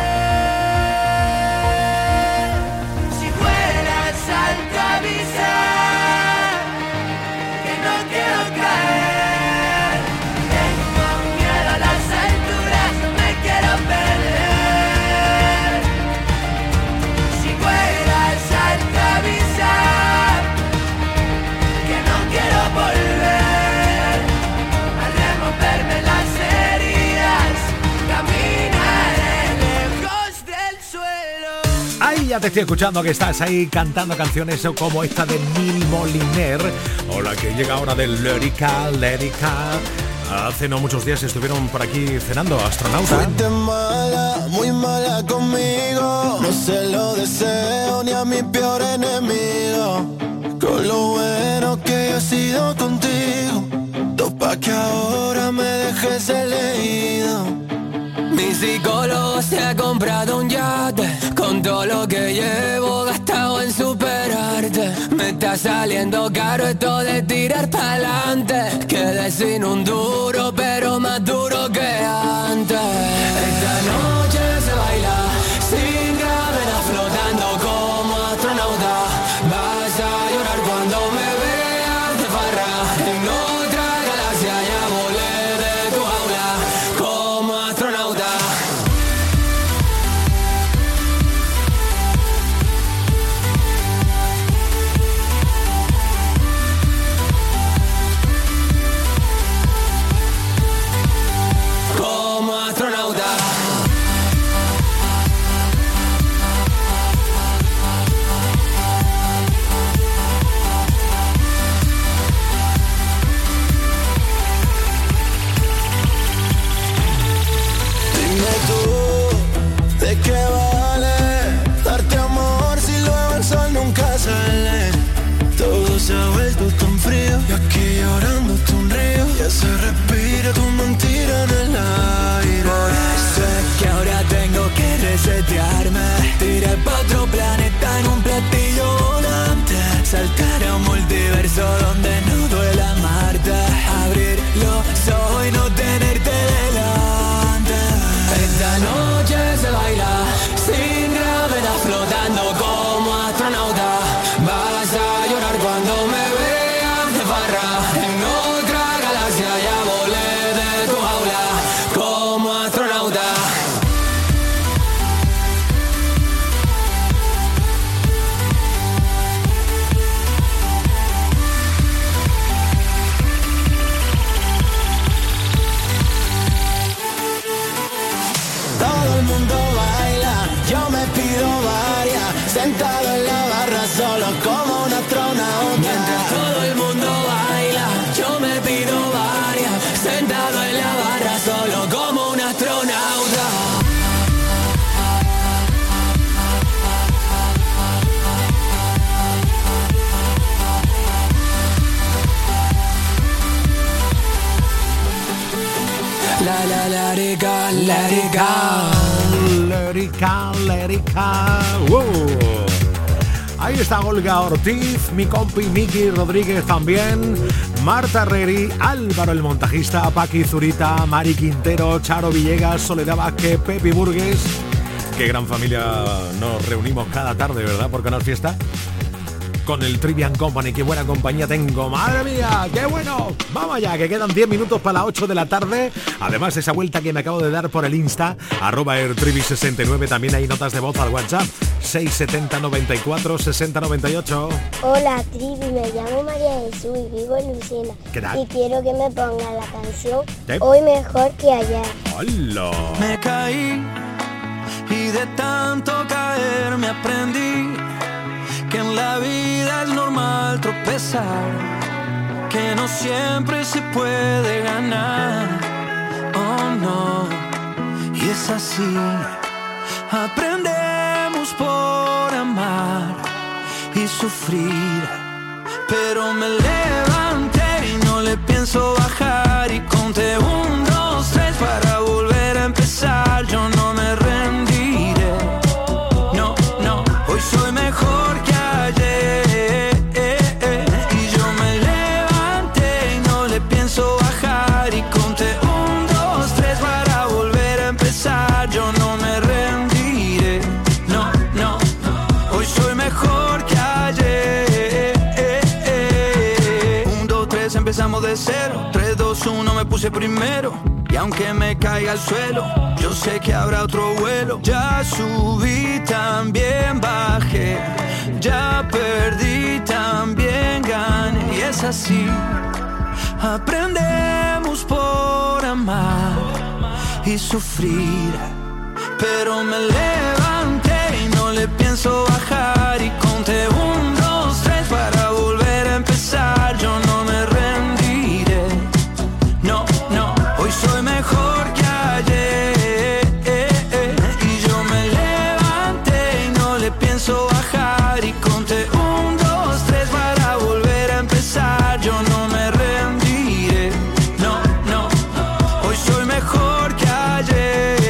Si fueras alto avisar, que no quiero caer. Tengo miedo a las alturas, no me quiero perder. Si fueras alto avisar, quiero volver a removerme las heridas, caminaré lejos del suelo. Ay, ya te estoy escuchando que estás ahí cantando canciones como esta de Neil Moliner o la que llega ahora de Lérica, Lérica. Hace no muchos días estuvieron por aquí cenando, Astronauta. Fuiste mala, muy mala conmigo. No se lo deseo ni a mi peor enemigo. Con lo bueno que yo he sido contigo, topa que ahora me dejes elegido. Mi psicólogo se ha comprado un yate, con todo lo que llevo gastado en superarte. Me está saliendo caro esto de tirar pa'lante. Quedé sin un duro, pero más duro que antes. Esta noche se baila sin gravedad, flotando como astronauta. Vas a llorar cuando me veas de farra. En otra galaxia ya volé de tu jaula como astronauta. Como astronauta. Dime tú, ¿de qué vale darte amor si luego el sol nunca sale? Todo se ha vuelto tan frío y aquí llorándote un río. Ya se respira tu mentira en el aire. Por eso es que ahora tengo que resetearme, tirar pa' otro planeta en un platillo volante, saltar a un multiverso donde no duela amarte, abrir los ojos y no tenerte delante. Esta noche se baila sin gravedad, flotando como astronauta. Vas a llorar cuando me veas de farra. En otra galaxia ya volé de tu jaula como astronauta. Todo el mundo baila, yo me pido varias, sentado en la barra solo como un astronauta. Mientras todo el mundo baila, yo me pido varias, sentado en la barra solo como un astronauta. La la la rica, la rica. Lérica, Lérica. Wow. Ahí está Olga Ortiz, mi compi Miki Rodríguez también, Marta Herreri, Álvaro el montajista, Paqui Zurita, Mari Quintero, Charo Villegas, Soledad Vázquez, Pepi Burgues. Qué gran familia nos reunimos cada tarde, ¿verdad? Por Canal Fiesta. con el Trivian Company. Qué buena compañía tengo, madre mía, qué bueno. Vamos allá, que quedan diez minutos para las ocho de la tarde. Además de esa vuelta que me acabo de dar por el Insta, arroba airtrivi sesenta y nueve, también hay notas de voz al WhatsApp, seis setenta noventa y cuatro sesenta noventa y ocho. Hola Trivi, me llamo María Jesús y vivo en Lucena. ¿Qué tal? Y quiero que me pongan la canción ¿Sí? Hoy mejor que ayer. ¡Hola! Me caí y de tanto caer me aprendí que en la vida es normal tropezar, que no siempre se puede ganar. Oh no, y es así. Aprendemos por amar y sufrir, pero me levanté y no le pienso bajar y conté un, dos, tres para volver a empezar. Yo no me rendiré, no, no, hoy soy mejor que ayer y yo me levanté y no le pienso bajar y conté un, dos, tres para volver a empezar. Yo no me rendiré, no, no, hoy soy mejor que ayer. Un, dos, tres, empezamos de cero. Tres, dos, uno, me puse primero. Y aunque me caiga al suelo, yo sé que habrá otro vuelo. Ya subí, también bajé. Ya perdí, también gané. Y es así. Aprendemos por amar y sufrir, pero me levanté y no le pienso bajar y conté un, dos, tres para volver a empezar. Yo no me rendiré, no, no, hoy soy mejor que ayer y yo me levanté y no le pienso bajar y conté un, dos, tres para volver a empezar. Yo no me rendiré, no, no, hoy soy mejor que ayer.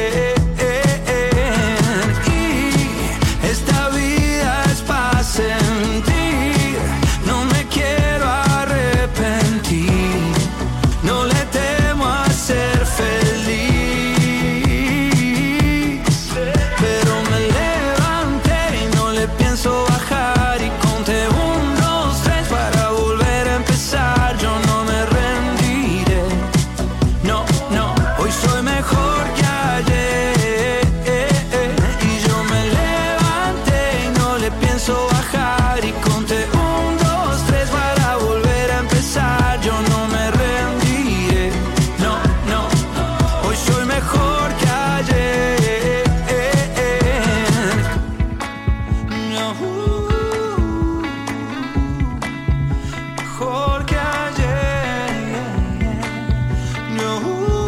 Y esta vida es para sentir, no me quiero arrepentir, no le temo a ser feliz, pero me levanté y no le pienso bajar y conté un, dos, tres para volver a empezar. Yo no me rendiré, no, no, hoy soy mejor que ayer y yo me levanté y no le pienso bajar y conté un, dos, tres para volver a empezar. Yo no me rendiré, no, no, hoy soy mejor que ayer. No, mejor que ayer. No,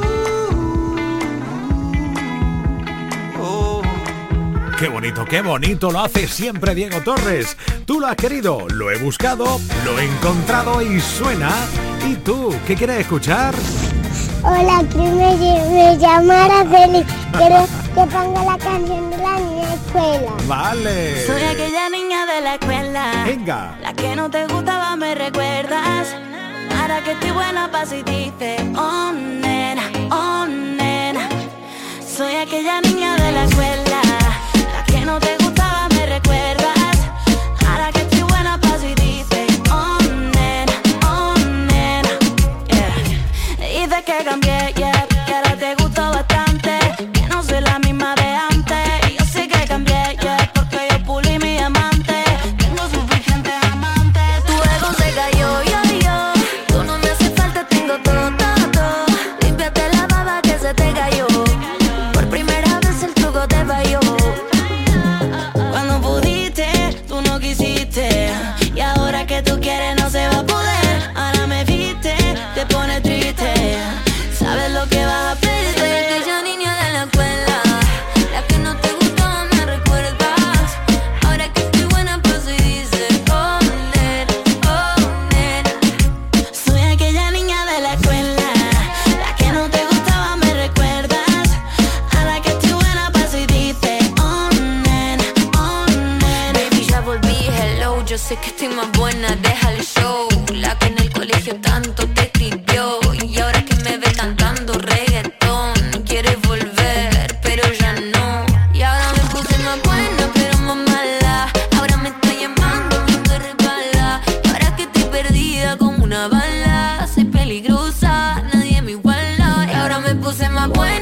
oh. Qué bonito, qué bonito lo hace siempre Diego Torres. Tú lo has querido, lo he buscado, lo he encontrado y suena. ¿Y tú qué quieres escuchar? Hola, que me, me llamo Araceli. Quiero que ponga la canción de la niña de escuela. Vale. Soy aquella niña de la escuela. Venga. La que no te gustaba, me recuerdas. Ahora que estoy buena pa' si dices, oh nena, oh nena. Soy aquella niña de la escuela. La que no te gustaba, me recuerdas. Ahora que estoy buena pa' si dices, oh nena, oh nena. Yeah. Dices que cambié, yeah, que ahora te gusto bastante, que no soy la misma de antes. Y yo sé que cambié, yeah, porque yo pulí mi amante. Tengo suficientes amantes. Tu ego se cayó, yo, yo. Tú no me haces falta, tengo todo, todo, todo. Límpiate la baba que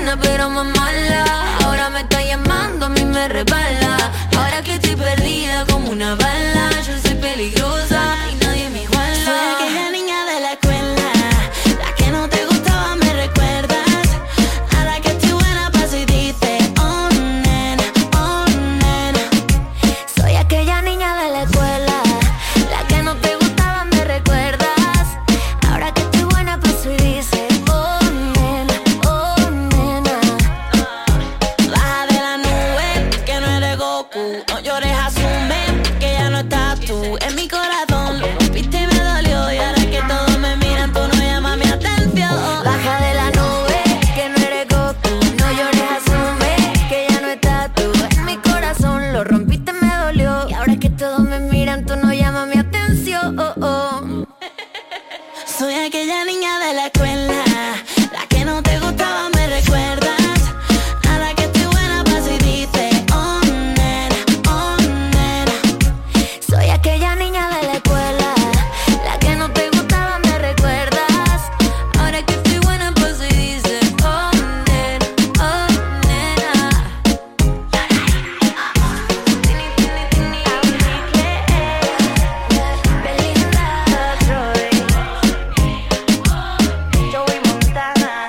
buena pero más mala. Ahora me está llamando, a mí me resbala. Ahora que estoy perdida como una bala. Yo soy peligrosa y nadie me iguala. Soy aquella niña de la escuela, la que no te gustaba, me recuerdas. Ahora que estoy buena paso y dices, oh nena, oh nena. Soy aquella niña de la escuela, la que no te gustaba, me recuerdas. Ahora que estoy buena paso y dices, oh nena, oh nena. Baja de la nube, que no eres Goku. No llores, asume que ya no estás tú en mi corazón. Lo rompiste y me dolió, y ahora que todos me miran tú no llamas mi atención. Baja de la nube, que no eres Goku. No llores, asume que ya no estás tú en mi corazón. Lo rompiste, me dolió, y ahora que todos me miran tú no llamas mi atención. Oh, oh. Soy aquella niña de la escuela, la que no te gustaba, me recuerdas. Ahora que estoy buena paso y dices, oh nena, oh nena. Soy aquella niña de la escuela, la que no te gustaba, me recuerdas. Ahora que estoy buena paso y dices, oh nena, oh nena. Belinda, Troy, Joey Montana.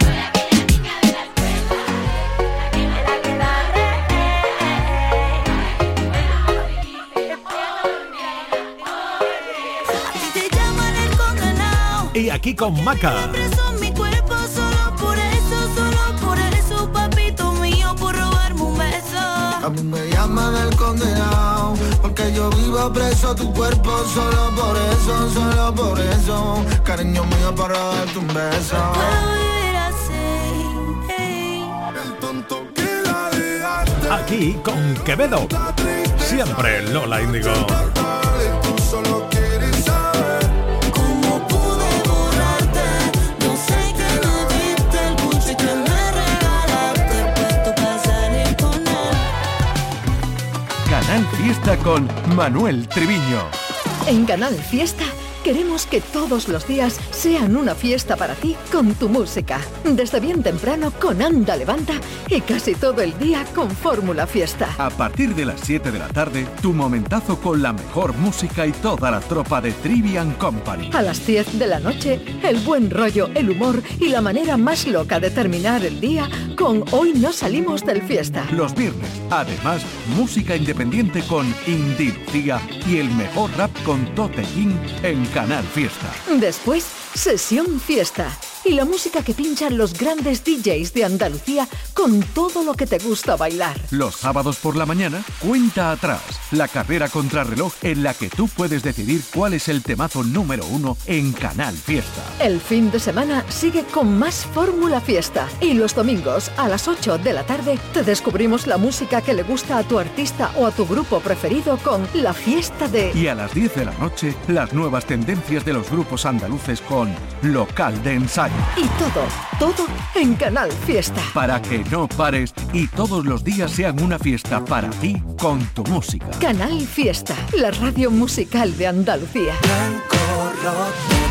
Te llaman el condenado. Y aquí con Maca. Preso en mi cuerpo solo por eso, solo por eso, papito mío, por robarme un beso. A mí me llaman el condenado, porque yo vivo preso tu cuerpo. Solo por eso, solo por eso, cariño mío, para darte un beso. Puedo vivir así, ey. El tonto que la dejaste. Aquí con Quevedo. Siempre Lola Índigo. Tú solo quieres saber ¿Cómo pude borrarte? No sé qué me diste, el buche que me regalaste, puesto para salir con él. Canal Fiesta con Manuel Triviño. En Canal Fiesta queremos que todos los días sean una fiesta para ti con tu música. Desde bien temprano con Anda Levanta y casi todo el día con Fórmula Fiesta. A partir de las siete de la tarde, tu momentazo con la mejor música y toda la tropa de Trivian Company. A las diez de la noche, el buen rollo, el humor y la manera más loca de terminar el día con Hoy no salimos del fiesta. Los viernes, además, música independiente con Indy Lucía y el mejor rap con Tote King en Canal Fiesta. Después, Sesión Fiesta. Y la música que pinchan los grandes D Js de Andalucía con todo lo que te gusta bailar. Los sábados por la mañana, Cuenta Atrás, la carrera contrarreloj en la que tú puedes decidir cuál es el temazo número uno en Canal Fiesta. El fin de semana sigue con más Fórmula Fiesta. Y los domingos a las ocho de la tarde te descubrimos la música que le gusta a tu artista o a tu grupo preferido con La Fiesta de... Y a las diez de la noche, las nuevas tendencias de los grupos andaluces con Local de Ensayo. Y todo, todo en Canal Fiesta. Para que no pares y todos los días sean una fiesta para ti con tu música. Canal Fiesta, la radio musical de Andalucía. Blanco, rojo.